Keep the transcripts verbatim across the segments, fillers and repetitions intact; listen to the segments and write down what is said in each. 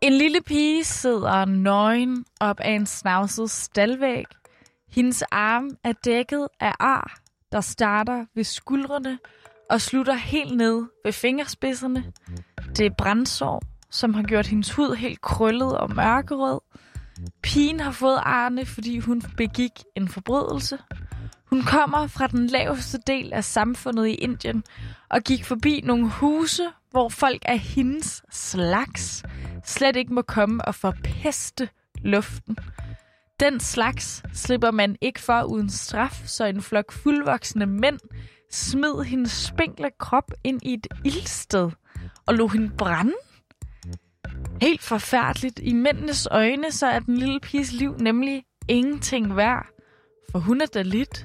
En lille pige sidder nøgen op ad en snavset staldvæg. Hendes arm er dækket af ar, der starter ved skuldrene og slutter helt ned ved fingerspidserne. Det er brændsår, som har gjort hendes hud helt krøllet og mørkerød. Pigen har fået arne, fordi hun begik en forbrydelse. Hun kommer fra den laveste del af samfundet i Indien og gik forbi nogle huse, hvor folk af hendes slags slet ikke må komme og forpeste luften. Den slags slipper man ikke for uden straf, så en flok fuldvoksne mænd smed hendes spinkle krop ind i et ildsted og lod hende brænde. Helt forfærdeligt. I mændenes øjne, så er den lille piges liv nemlig ingenting værd, for hun er Dalit.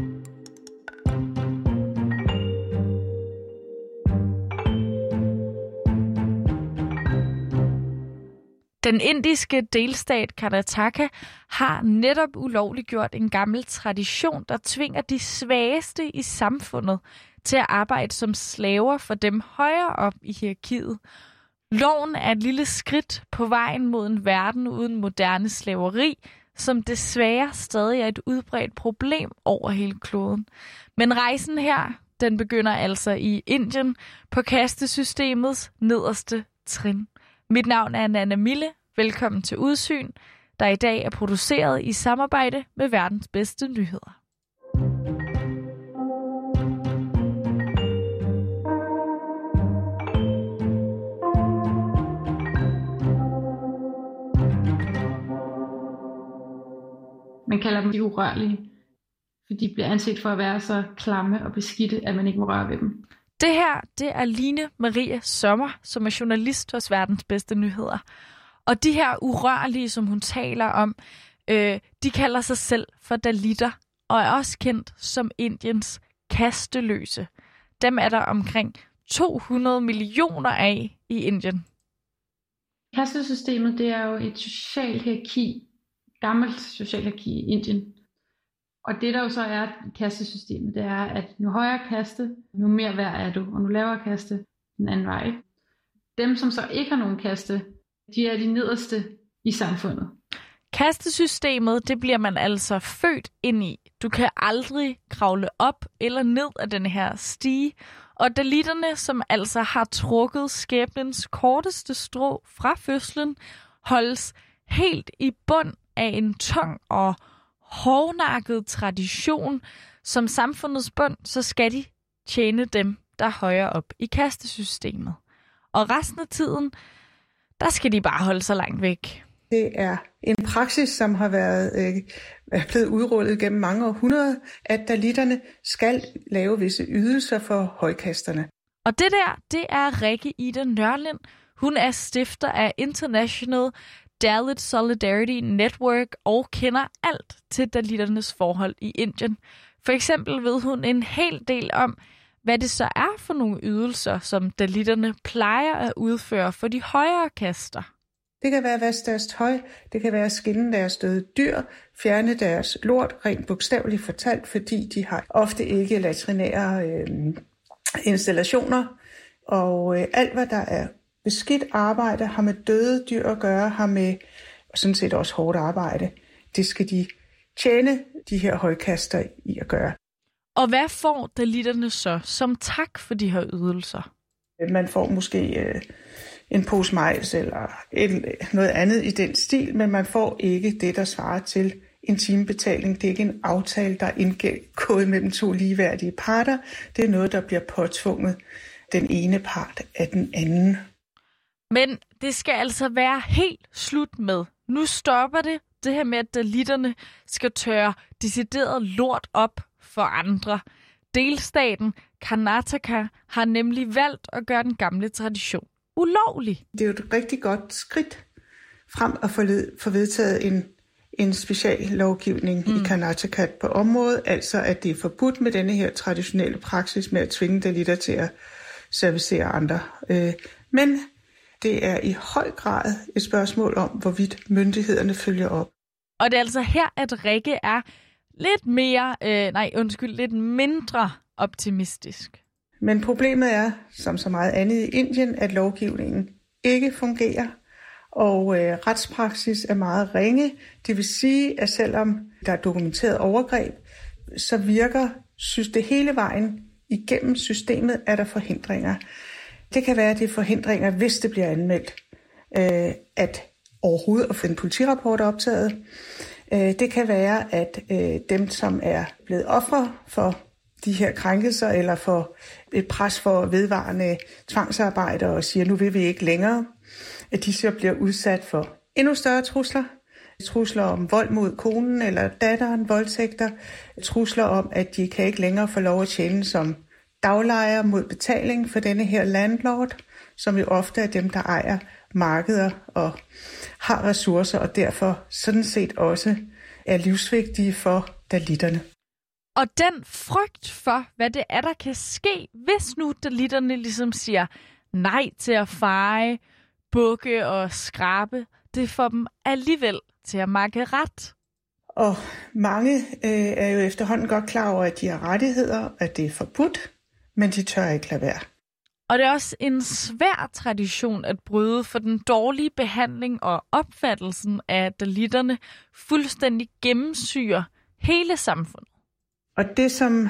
Den indiske delstat Karnataka har netop ulovliggjort en gammel tradition, der tvinger de svageste i samfundet til at arbejde som slaver for dem højere op i hierarkiet. Loven er et lille skridt på vejen mod en verden uden moderne slaveri, som desværre stadig er et udbredt problem over hele kloden. Men rejsen her, den begynder altså i Indien på kastesystemets nederste trin. Mit navn er Nana Mille. Velkommen til Udsyn, der i dag er produceret i samarbejde med verdens bedste nyheder. Man kalder dem de urørlige, for de bliver anset for at være så klamme og beskidte, at man ikke må røre ved dem. Det her, det er Line Marie Sommer, som er journalist hos verdens bedste nyheder. Og de her urørlige, som hun taler om, øh, de kalder sig selv for Dalitter, og er også kendt som Indiens kasteløse. Dem er der omkring to hundrede millioner af i Indien. Kastesystemet, det er jo et socialt hierarki, gammelt socialt hierarki i Indien. Og det der jo så er i kastesystemet, det er, at nu højere kaste, nu mere værd er du, og nu lavere kaste, den anden vej. Dem, som så ikke har nogen kaste, de er de nederste i samfundet. Kastesystemet, det bliver man altså født ind i. Du kan aldrig kravle op eller ned af den her stige. Og dalitterne, som altså har trukket skæbnens korteste strå fra fødslen, holdes helt i bund af en tung og hårdnakket tradition. Som samfundets bund, så skal de tjene dem, der er højere op i kastesystemet. Og resten af tiden, der skal de bare holde sig langt væk. Det er en praksis, som har været øh, blevet udrullet gennem mange århundreder, at dalitterne skal lave visse ydelser for højkasterne. Og det der, det er Rikke Ida Nørlind. Hun er stifter af International Dalit Solidarity Network og kender alt til dalitternes forhold i Indien. For eksempel ved hun en hel del om, hvad det så er for nogle ydelser, som dalitterne plejer at udføre for de højere kaster. Det kan være at vaske deres tøj, det kan være at skille deres døde dyr, fjerne deres lort, rent bogstaveligt fortalt, fordi de har ofte ikke latrinære øh, installationer. Og øh, alt, hvad der er beskidt arbejde, har med døde dyr at gøre, har med og sådan set også hårdt arbejde. Det skal de tjene de her højkaster i at gøre. Og hvad får dalitterne så som tak for de her ydelser? Man får måske øh, en pose majs eller et, noget andet i den stil, men man får ikke det, der svarer til en timebetaling. Det er ikke en aftale, der er indgået mellem to ligeværdige parter. Det er noget, der bliver påtvunget den ene part af den anden. Men det skal altså være helt slut med. Nu stopper det, det her med, at dalitterne skal tørre decideret lort op for andre. Delstaten Karnataka har nemlig valgt at gøre den gamle tradition ulovlig. Det er jo et rigtig godt skridt frem at få vedtaget en, en special lovgivning mm. i Karnataka på området, altså at det er forbudt med denne her traditionelle praksis med at tvinge dalitter til at servicere andre. Men det er i høj grad et spørgsmål om, hvorvidt myndighederne følger op. Og det er altså her, at Rikke er lidt mere, øh, nej undskyld, lidt mindre optimistisk. Men problemet er, som så meget andet i Indien, at lovgivningen ikke fungerer, og øh, retspraksis er meget ringe. Det vil sige, at selvom der er dokumenteret overgreb, så virker synes det hele vejen igennem systemet, er der forhindringer. Det kan være, at det er forhindringer, hvis det bliver anmeldt, øh, at overhovedet at få en politirapport optaget. Øh, det kan være, at øh, dem, som er blevet ofre for de her krænkelser, eller for et pres for vedvarende tvangsarbejde, og siger, nu vil vi ikke længere, at de så bliver udsat for endnu større trusler. Trusler om vold mod konen eller datteren, voldtægter. Trusler om, at de kan ikke længere få lov at tjene som daglejer mod betaling for denne her landlord, som jo ofte er dem, der ejer markeder og har ressourcer, og derfor sådan set også er livsvigtige for dalitterne. Og den frygt for, hvad det er, der kan ske, hvis nu dalitterne ligesom siger nej til at feje, bukke og skrabe, det får dem alligevel til at makke ret. Og mange øh, er jo efterhånden godt klar over, at de har rettigheder, at det er forbudt, men de tør ikke lade være. Og det er også en svær tradition at bryde, for den dårlige behandling og opfattelsen af dalitterne fuldstændig gennemsyrer hele samfundet. Og det som,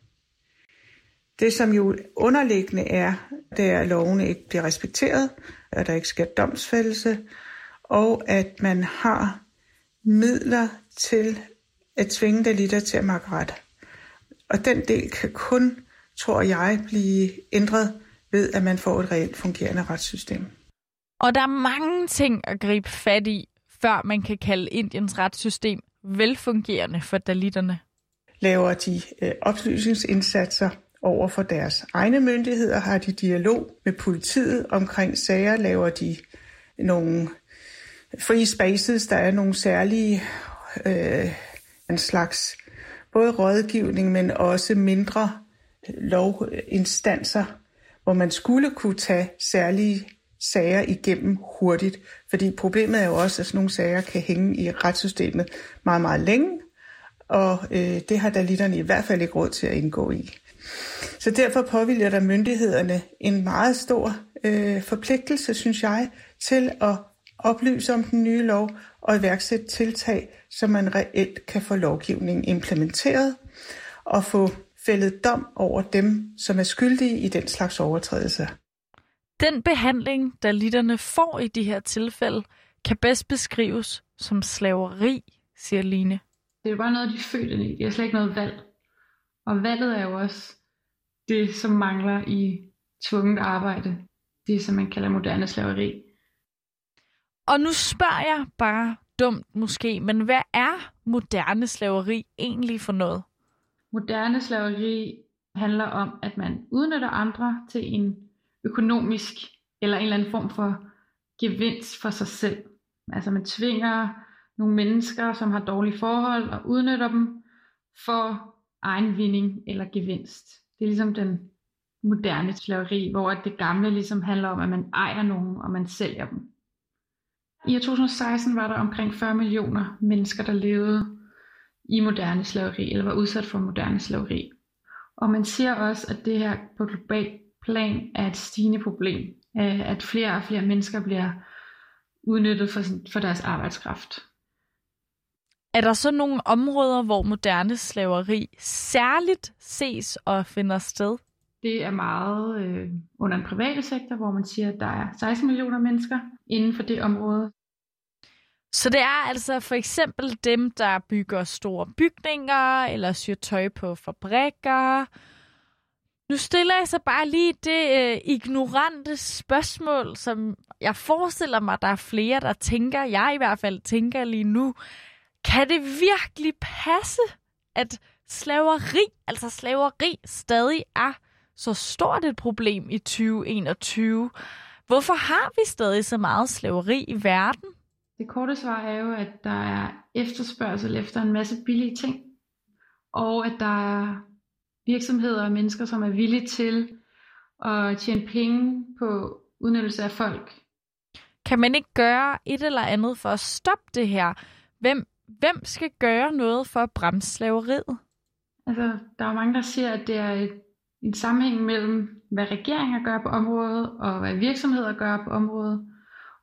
det, som jo underliggende er, det er, at lovene ikke bliver respekteret, at der ikke sker domsfældelse, og at man har midler til at tvinge dalitter til at makke ret. Og den del kan kun, tror jeg, blive ændret ved, at man får et reelt fungerende retssystem. Og der er mange ting at gribe fat i, før man kan kalde Indiens retssystem velfungerende for dalitterne. Laver de øh, oplysningsindsatser over for deres egne myndigheder, har de dialog med politiet omkring sager, laver de nogle free spaces, der er nogle særlige øh, en slags både rådgivning, men også mindre lovinstanser, hvor man skulle kunne tage særlige sager igennem hurtigt. Fordi problemet er jo også, at sådan nogle sager kan hænge i retssystemet meget, meget længe, og øh, det har dalitterne i hvert fald ikke råd til at indgå i. Så derfor påhviler der myndighederne en meget stor øh, forpligtelse, synes jeg, til at oplyse om den nye lov og iværksætte tiltag, så man reelt kan få lovgivningen implementeret og få fældet dom over dem, som er skyldige i den slags overtrædelser. Den behandling, dalitterne får i de her tilfælde, kan bedst beskrives som slaveri, siger Line. Det er jo bare noget, de er født ind i. De har slet ikke noget valg. Og valget er jo også det, som mangler i tvunget arbejde. Det, som man kalder moderne slaveri. Og nu spørger jeg bare dumt måske, men hvad er moderne slaveri egentlig for noget? Moderne slaveri handler om, at man udnytter andre til en økonomisk eller en eller anden form for gevinst for sig selv. Altså man tvinger nogle mennesker, som har dårlige forhold, og udnytter dem for egen vinding eller gevinst. Det er ligesom den moderne slaveri, hvor det gamle ligesom handler om, at man ejer nogen, og man sælger dem. I to tusind og seksten var der omkring fyrre millioner mennesker, der levede i moderne slaveri, eller var udsat for moderne slaveri. Og man siger også, at det her på global plan er et stigende problem, at flere og flere mennesker bliver udnyttet for, for deres arbejdskraft. Er der så nogle områder, hvor moderne slaveri særligt ses og finder sted? Det er meget øh, under den private sektor, hvor man siger, at der er seksten millioner mennesker inden for det område. Så det er altså for eksempel dem, der bygger store bygninger eller syr tøj på fabrikker. Nu stiller jeg så bare lige det øh, ignorante spørgsmål, som jeg forestiller mig, der er flere, der tænker, jeg i hvert fald tænker lige nu. Kan det virkelig passe, at slaveri, altså slaveri, stadig er så stort et problem i tyve enogtyve? Hvorfor har vi stadig så meget slaveri i verden? Det korte svar er jo, at der er efterspørgsel efter en masse billige ting, og at der er virksomheder og mennesker, som er villige til at tjene penge på udnyttelse af folk. Kan man ikke gøre et eller andet for at stoppe det her? Hvem, hvem skal gøre noget for at bremse slaveriet? Altså, der er jo mange, der siger, at det er et, en sammenhæng mellem, hvad regeringer gør på området, og hvad virksomheder gør på området.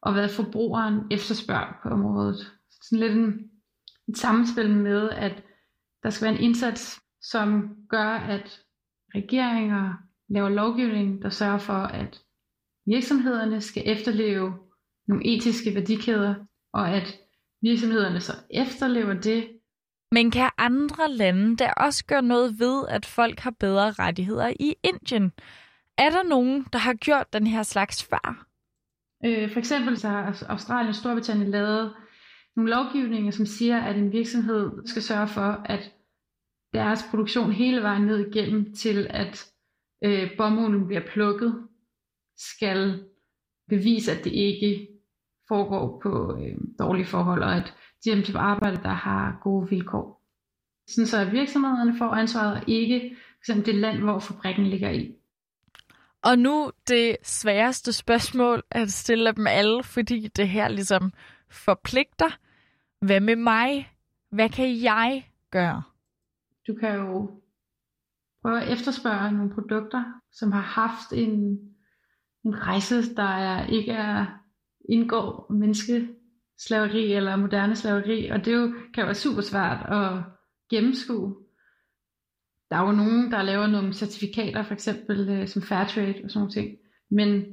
og hvad forbrugeren efterspørger på området. Sådan lidt en, et sammenspil med, at der skal være en indsats, som gør, at regeringer laver lovgivning, der sørger for, at virksomhederne skal efterleve nogle etiske værdikæder, og at virksomhederne så efterlever det. Men kan andre lande der også gøre noget ved, at folk har bedre rettigheder i Indien? Er der nogen, der har gjort den her slags før? Øh, for eksempel så har Australien og Storbritannien lavet nogle lovgivninger, som siger, at en virksomhed skal sørge for, at deres produktion hele vejen ned igennem til, at øh, bomulden bliver plukket, skal bevise, at det ikke foregår på øh, dårlige forhold, og at de er til arbejde, der har gode vilkår. Sådan så at virksomhederne får ansvaret, og ikke for eksempel det land, hvor fabrikken ligger i. Og nu det sværeste spørgsmål at stille dem alle, fordi det her ligesom forpligter. Hvad med mig? Hvad kan jeg gøre? Du kan jo prøve at efterspørge nogle produkter, som har haft en, en rejse, der er, ikke er indgår menneskeslaveri eller moderne slaveri, og det jo kan være super svært at gennemskue. Der er jo nogen, der laver nogle certifikater, for eksempel som Fairtrade og sådan nogle ting, men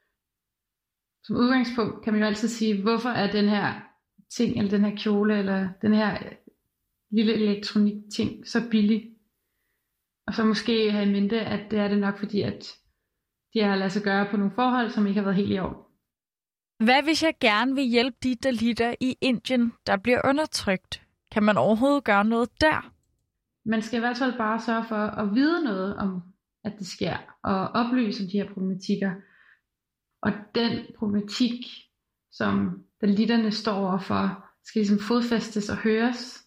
som udgangspunkt kan man jo altid sige, hvorfor er den her ting, eller den her kjole, eller den her lille elektronik ting så billig? Og så måske have i mente, at det er det nok, fordi at de har ladet sig gøre på nogle forhold, som ikke har været helt i orden. Hvad hvis jeg gerne vil hjælpe de daliter i Indien, der bliver undertrykt? Kan man overhovedet gøre noget der? Man skal i hvert fald bare sørge for at vide noget om, at det sker, og oplyse om de her problematikker. Og den problematik, som daliterne står overfor, skal ligesom fodfæstes og høres.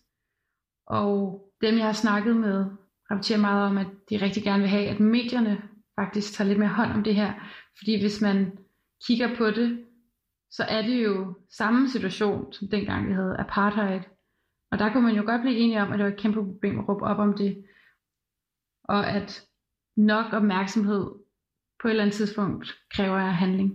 Og dem, jeg har snakket med, rapporterer meget om, at de rigtig gerne vil have, at medierne faktisk tager lidt mere hånd om det her. Fordi hvis man kigger på det, så er det jo samme situation, som dengang vi havde apartheid. Og der kunne man jo godt blive enige om, at det var et kæmpe problem at råbe op om det. Og at nok opmærksomhed på et eller andet tidspunkt kræver handling.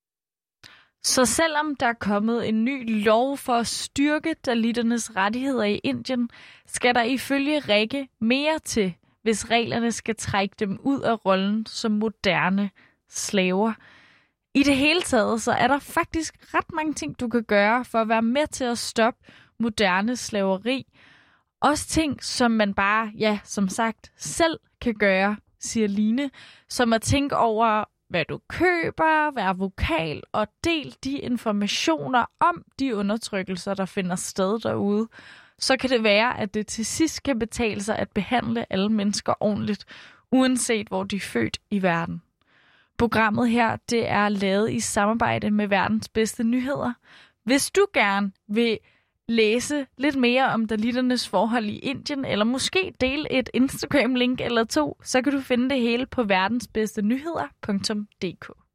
Så selvom der er kommet en ny lov for at styrke daliternes rettigheder i Indien, skal der ifølge Rikke mere til, hvis reglerne skal trække dem ud af rollen som moderne slaver. I det hele taget, så er der faktisk ret mange ting, du kan gøre for at være med til at stoppe moderne slaveri. Også ting, som man bare, ja, som sagt, selv kan gøre, siger Line, som at tænke over, hvad du køber, være vokal og del de informationer om de undertrykkelser, der finder sted derude. Så kan det være, at det til sidst kan betale sig at behandle alle mennesker ordentligt, uanset hvor de er født i verden. Programmet her, det er lavet i samarbejde med Verdens Bedste Nyheder. Hvis du gerne vil læse lidt mere om daliternes forhold i Indien, eller måske dele et Instagram-link eller to, så kan du finde det hele på verdensbedstenyheder punktum d k.